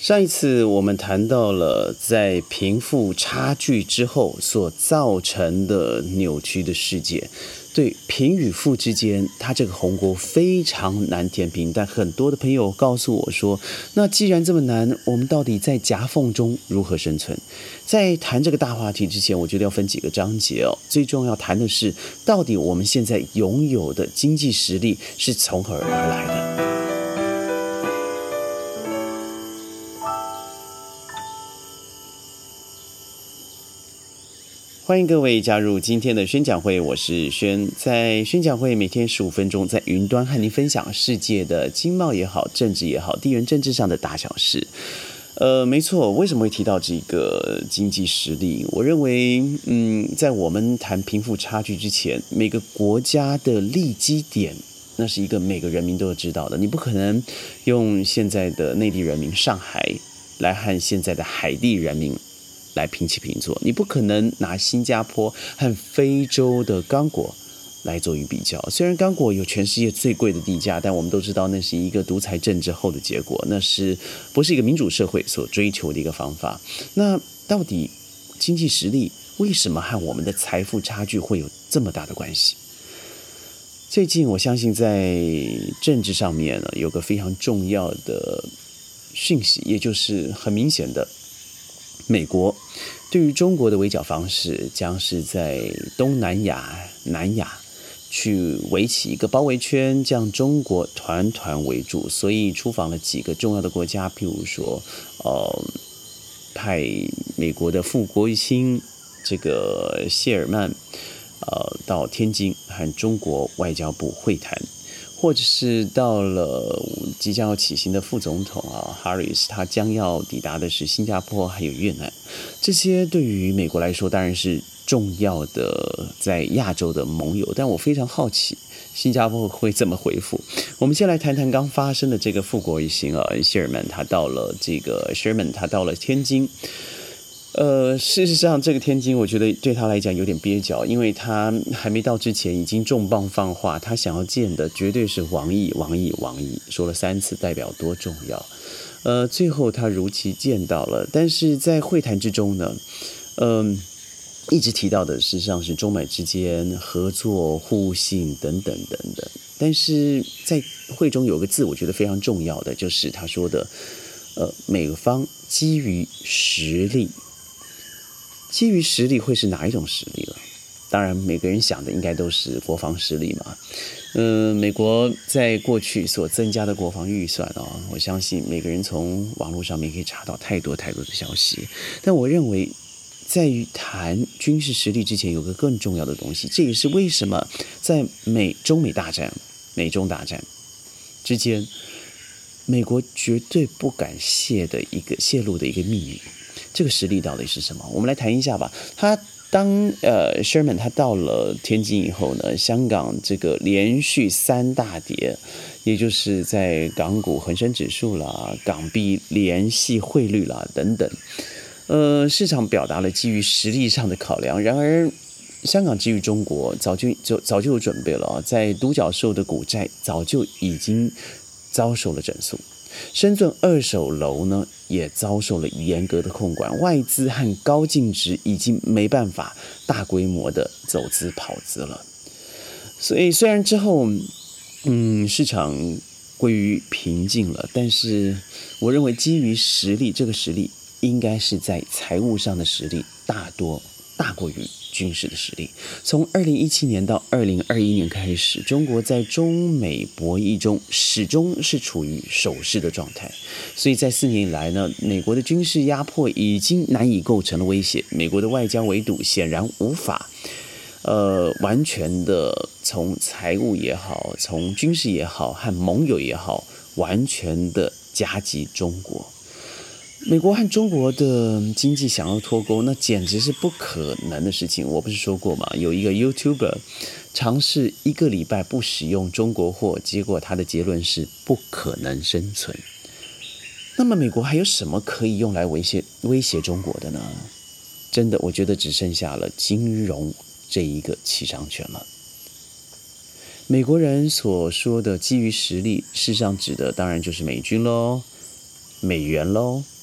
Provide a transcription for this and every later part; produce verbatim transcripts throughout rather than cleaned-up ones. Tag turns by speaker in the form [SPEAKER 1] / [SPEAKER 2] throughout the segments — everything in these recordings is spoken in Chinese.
[SPEAKER 1] 上一次我们谈到了在贫富差距之后所造成的扭曲的世界，对贫与富之间，它这个鸿沟非常难填平。但很多的朋友告诉我说，那既然这么难，我们到底在夹缝中如何生存？在谈这个大话题之前，我觉得要分几个章节哦。最重要谈的是，到底我们现在拥有的经济实力是从何而来的？欢迎各位加入今天的宣讲会，我是轩。在宣讲会每天十五分钟，在云端和您分享世界的经贸也好、政治也好、地缘政治上的大小事。呃，没错，为什么会提到这个经济实力？我认为，嗯，在我们谈贫富差距之前，每个国家的立基点，那是一个每个人民都知道的。你不可能用现在的内地人民上海来和现在的海地人民来平起平坐，你不可能拿新加坡和非洲的刚果来做一比较。虽然刚果有全世界最贵的地价，但我们都知道那是一个独裁政治后的结果，那是不是一个民主社会所追求的一个方法？那到底经济实力为什么和我们的财富差距会有这么大的关系？最近我相信在政治上面呢，有个非常重要的讯息，也就是很明显的，美国对于中国的围剿方式将是在东南亚、南亚去围起一个包围圈，将中国团团围住。所以出访了几个重要的国家，譬如说，呃，派美国的副国务卿这个谢尔曼，呃，到天津和中国外交部会谈。或者是到了即将要起行的副总统啊 Harris， 他将要抵达的是新加坡还有越南，这些对于美国来说当然是重要的在亚洲的盟友，但我非常好奇新加坡会怎么回复。我们先来谈谈刚发生的这个副国务卿啊，谢尔曼他到了这个 Sherman 他到了天津。呃，事实上，这个天津我觉得对他来讲有点蹩脚，因为他还没到之前已经重磅放话，他想要见的绝对是王毅，王毅，王毅，说了三次，代表多重要。呃，最后他如期见到了，但是在会谈之中呢，嗯、呃，一直提到的事实上是中美之间合作、互信等等等等。但是在会中有个字，我觉得非常重要的，就是他说的，呃，美方基于实力。基于实力会是哪一种实力了？当然，每个人想的应该都是国防实力嘛。嗯、呃，美国在过去所增加的国防预算哦，我相信每个人从网络上面可以查到太多太多的消息。但我认为，在于谈军事实力之前，有个更重要的东西，这也是为什么在美中美大战、美中大战之间，美国绝对不敢泄的一个泄露的一个秘密。这个实力到底是什么？我们来谈一下吧。他当呃 Sherman 他到了天津以后呢，香港这个连续三大跌，也就是在港股恒生指数啦、港币联系汇率啦等等，呃，市场表达了基于实力上的考量。然而，香港基于中国早就就早就有准备了啊，在独角兽的股债早就已经遭受了整肃。深圳二手楼呢，也遭受了严格的控管，外资和高净值已经没办法大规模的走资跑资了。所以虽然之后，嗯，市场归于平静了，但是我认为基于实力，这个实力应该是在财务上的实力大多大过于军事的实力。从二零一七年到二零二一年开始，中国在中美博弈中始终是处于守势的状态，所以在四年以来呢，美国的军事压迫已经难以构成了威胁，美国的外交围堵显然无法呃，完全的从财务也好，从军事也好，和盟友也好，完全的夹击中国。美国和中国的经济想要脱钩，那简直是不可能的事情。我不是说过吗？有一个 YouTuber 尝试一个礼拜不使用中国货，结果他的结论是不可能生存。那么美国还有什么可以用来威胁威胁中国的呢？真的，我觉得只剩下了金融这一个七伤拳了。美国人所说的基于实力，事实上指的当然就是美军咯、美元咯、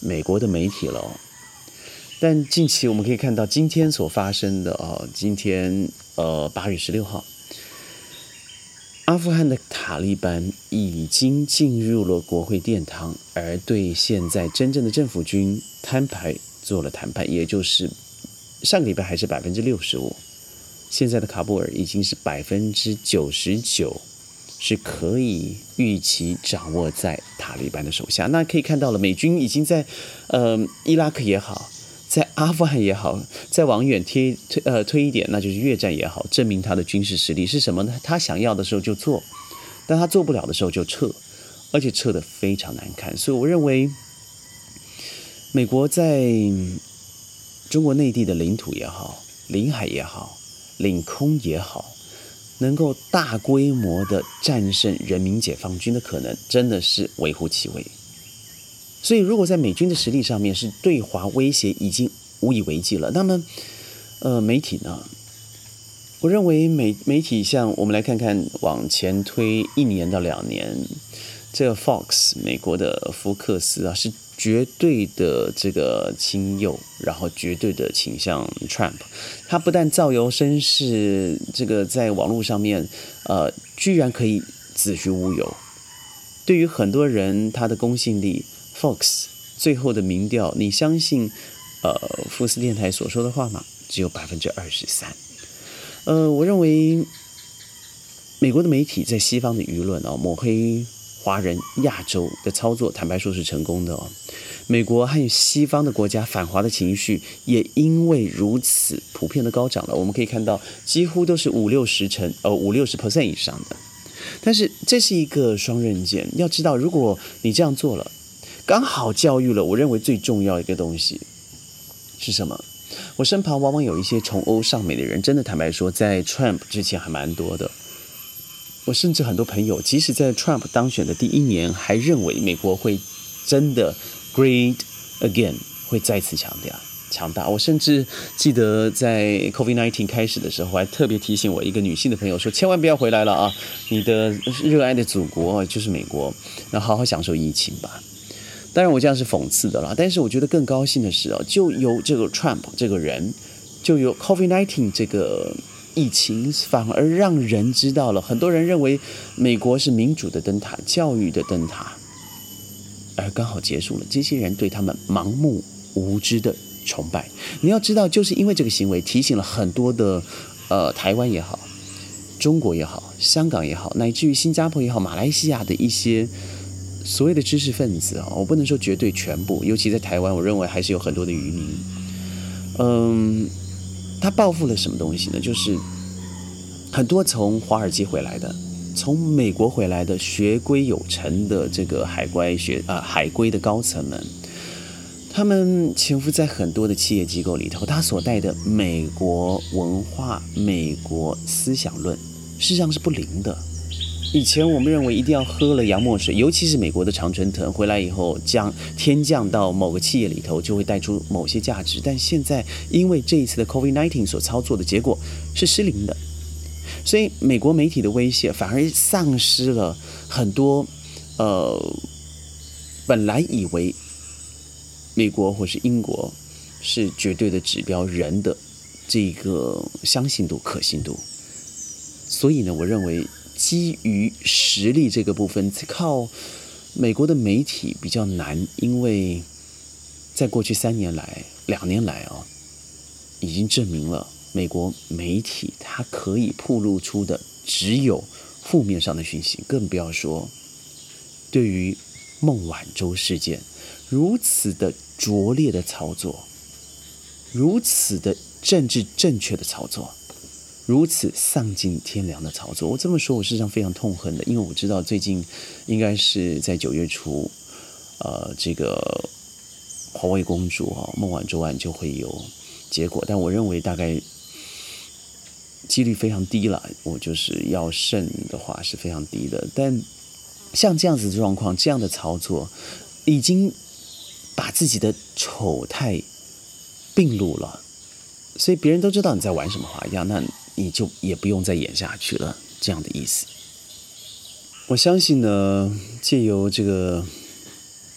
[SPEAKER 1] 美国的媒体了哦。但近期我们可以看到，今天所发生的哦，今天呃八月十六号，阿富汗的塔利班已经进入了国会殿堂，而对现在真正的政府军摊牌做了谈判，也就是上个礼拜还是百分之六十五，现在的喀布尔已经是百分之九十九，是可以预期掌握在塔利班的手下。那可以看到了，美军已经在呃伊拉克也好，在阿富汗也好，再往远推推呃推一点，那就是越战也好，证明他的军事实力是什么呢？他想要的时候就做，但他做不了的时候就撤，而且撤得非常难看。所以我认为，美国在中国内地的领土也好，领海也好，领空也好，能够大规模的战胜人民解放军的可能，真的是微乎其微。所以，如果在美军的实力上面是对华威胁已经无以为继了，那么，呃，媒体呢？我认为媒媒体像我们来看看往前推一年到两年，这个 Fox 美国的福克斯啊，是绝对的这个亲右，然后绝对的倾向 Trump。他不但造谣生事，这个在网络上面，呃，居然可以子虚乌有。对于很多人，他的公信力。Fox 最后的民调，你相信呃福斯电台所说的话吗？只有百分之二十三。呃，我认为美国的媒体在西方的舆论哦，抹黑华人、亚洲的操作，坦白说是成功的哦。美国和西方的国家反华的情绪也因为如此普遍的高涨了。我们可以看到，几乎都是五六十成呃五六十 percent 以上的。但是这是一个双刃剑，要知道，如果你这样做了，刚好教育了我认为最重要的一个东西是什么？我身旁往往有一些从欧上美的人，真的坦白说，在 Trump 之前还蛮多的。我甚至很多朋友，即使在 Trump 当选的第一年，还认为美国会真的 great again， 会再次强大强大。我甚至记得在 COVID 十九 开始的时候，还特别提醒我一个女性的朋友说，千万不要回来了啊！你的热爱的祖国就是美国，那好好享受疫情吧。当然我这样是讽刺的啦，但是我觉得更高兴的是哦，就由这个 Trump 这个人，就由 COVID 十九 这个疫情，反而让人知道了，很多人认为美国是民主的灯塔、教育的灯塔，而刚好结束了这些人对他们盲目无知的崇拜。你要知道，就是因为这个行为，提醒了很多的呃台湾也好、中国也好、香港也好，乃至于新加坡也好、马来西亚的一些所谓的知识分子啊，我不能说绝对全部，尤其在台湾，我认为还是有很多的渔民。嗯，他报复了什么东西呢？就是很多从华尔街回来的，从美国回来的学归有成的这个海归学啊、呃、海归的高层们，他们潜伏在很多的企业机构里头，他所带的美国文化、美国思想论，事实上是不灵的。以前我们认为一定要喝了洋墨水，尤其是美国的常春藤回来以后降天降到某个企业里头，就会带出某些价值。但现在因为这一次的 COVID 十九 所操作的结果是失灵的，所以美国媒体的威胁反而丧失了很多呃本来以为美国或是英国是绝对的指标人的这个相信度、可信度。所以呢，我认为基于实力这个部分，靠美国的媒体比较难，因为在过去三年来、两年来啊，已经证明了美国媒体它可以曝露出的只有负面上的讯息，更不要说对于孟晚舟事件如此的拙劣的操作，如此的政治正确的操作。如此丧尽天良的操作，我这么说，我实际上非常痛恨的，因为我知道最近应该是在九月初，呃，这个华为公主啊、哦，孟晚舟案就会有结果，但我认为大概几率非常低了，我就是要胜的话是非常低的。但像这样子的状况，这样的操作，已经把自己的丑态并露了，所以别人都知道你在玩什么花样，那你就也不用再演下去了，这样的意思。我相信呢，借由这个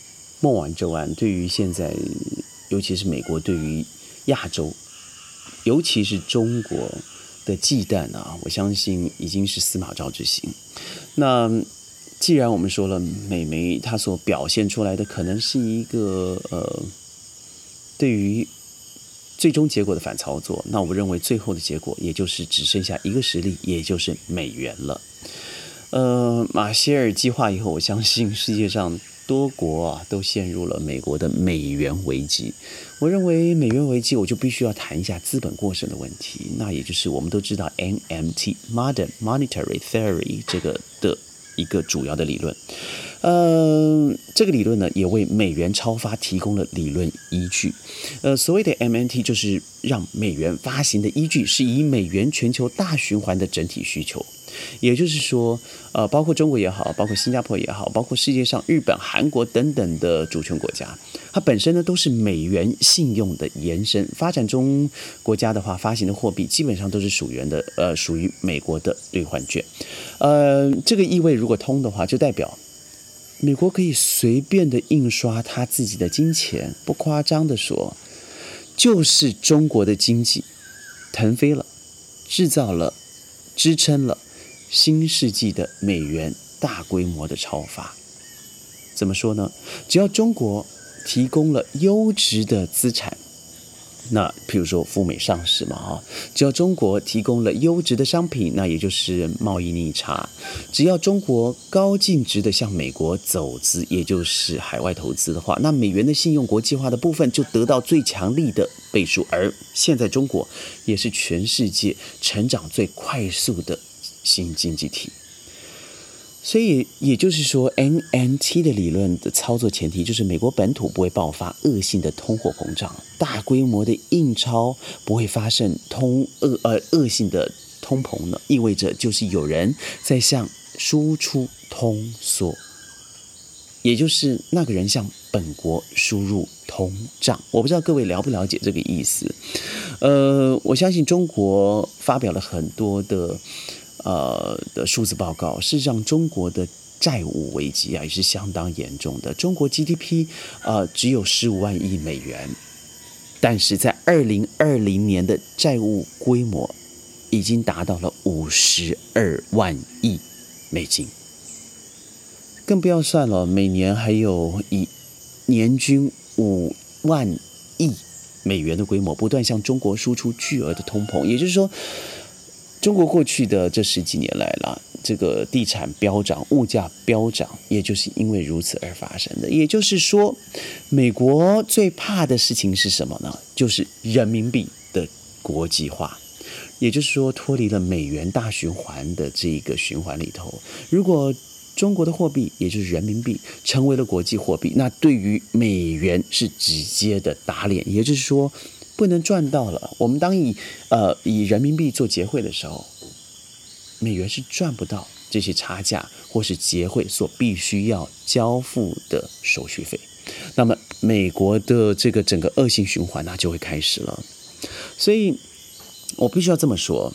[SPEAKER 1] 孟晚舟案对于现在，尤其是美国对于亚洲，尤其是中国的忌惮啊，我相信已经是司马昭之心。那既然我们说了，美媒它所表现出来的可能是一个呃，对于最终结果的反操作，那我认为最后的结果也就是只剩下一个实力，也就是美元了。呃，马歇尔计划以后，我相信世界上多国啊都陷入了美国的美元危机。我认为美元危机，我就必须要谈一下资本过剩的问题，那也就是我们都知道 M M T Modern Monetary Theory 这个的一个主要的理论。呃，这个理论呢，也为美元超发提供了理论依据。呃，所谓的 M M T 就是让美元发行的依据是以美元全球大循环的整体需求。也就是说，呃，包括中国也好，包括新加坡也好，包括世界上日本、韩国等等的主权国家，它本身呢都是美元信用的延伸。发展中国家的话，发行的货币基本上都是属于的，呃，属于美国的兑换券。呃，这个意味如果通的话，就代表美国可以随便的印刷它自己的金钱，不夸张的说，就是中国的经济腾飞了，制造了，支撑了新世纪的美元大规模的超发。怎么说呢？只要中国提供了优质的资产，那譬如说赴美上市嘛，哈，只要中国提供了优质的商品，那也就是贸易逆差；只要中国高净值的向美国走资，也就是海外投资的话，那美元的信用国际化的部分就得到最强力的倍数。而现在中国也是全世界成长最快速的新经济体。所以也就是说 M M T 的理论的操作前提就是美国本土不会爆发恶性的通货膨胀，大规模的印钞不会发生通恶呃恶性的通膨呢，意味着就是有人在向输出通缩，也就是那个人向本国输入通胀。我不知道各位了不了解这个意思。呃，我相信中国发表了很多的呃的数字报告，事实上中国的债务危机啊也是相当严重的。中国 G D P 呃只有十五万亿美元，但是在二零二零年的债务规模已经达到了五十二万亿美金，更不要算了，每年还有以年均五万亿美元的规模不断向中国输出巨额的通膨。也就是说，中国过去的这十几年来了，这个地产飙涨，物价飙涨，也就是因为如此而发生的。也就是说，美国最怕的事情是什么呢？就是人民币的国际化，也就是说脱离了美元大循环的这个循环里头。如果中国的货币，也就是人民币，成为了国际货币，那对于美元是直接的打脸，也就是说不能赚到了。我们当以呃以人民币做结汇的时候，美元是赚不到这些差价或是结汇所必须要交付的手续费。那么美国的这个整个恶性循环那就会开始了。所以我必须要这么说，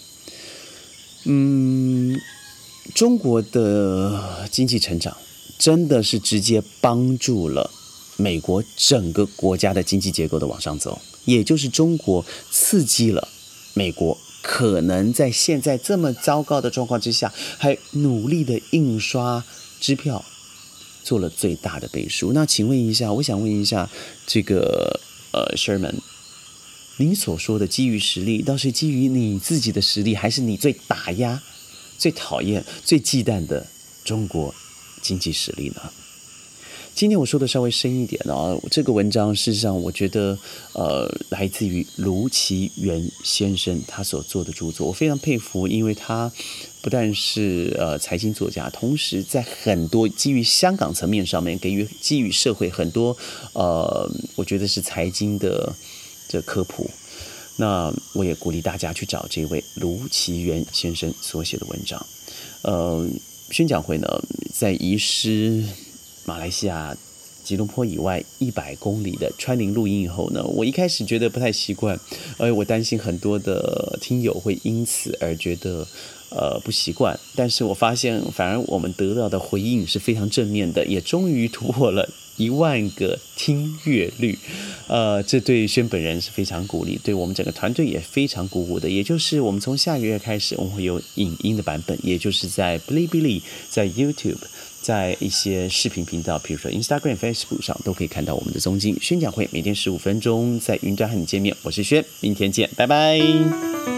[SPEAKER 1] 嗯。中国的经济成长真的是直接帮助了美国整个国家的经济结构的往上走，也就是中国刺激了美国可能在现在这么糟糕的状况之下，还努力的印刷支票，做了最大的倍数。那请问一下，我想问一下这个呃 Sherman， 您所说的基于实力，倒是基于你自己的实力，还是你最打压、最讨厌、最忌惮的中国经济实力呢？今天我说的稍微深一点啊，这个文章事实上我觉得呃来自于卢奇源先生他所做的著作，我非常佩服，因为他不但是呃财经作家，同时在很多基于香港层面上面给予基于社会很多呃我觉得是财经的这科普。那我也鼓励大家去找这位卢奇源先生所写的文章。呃，宣讲会呢，在移师马来西亚吉隆坡以外一百公里的川林录音以后呢，我一开始觉得不太习惯，而我担心很多的听友会因此而觉得呃不习惯，但是我发现反而我们得到的回应是非常正面的，也终于突破了一万个听阅率，呃，这对轩本人是非常鼓励，对我们整个团队也非常鼓舞的。也就是我们从下个月开始，我们会有影音的版本，也就是在哔哩哔哩、在 YouTube、在一些视频频道，比如说 Instagram、Facebook 上都可以看到我们的踪迹。宣讲会每天十五分钟，在云端和你见面，我是轩，明天见，拜拜。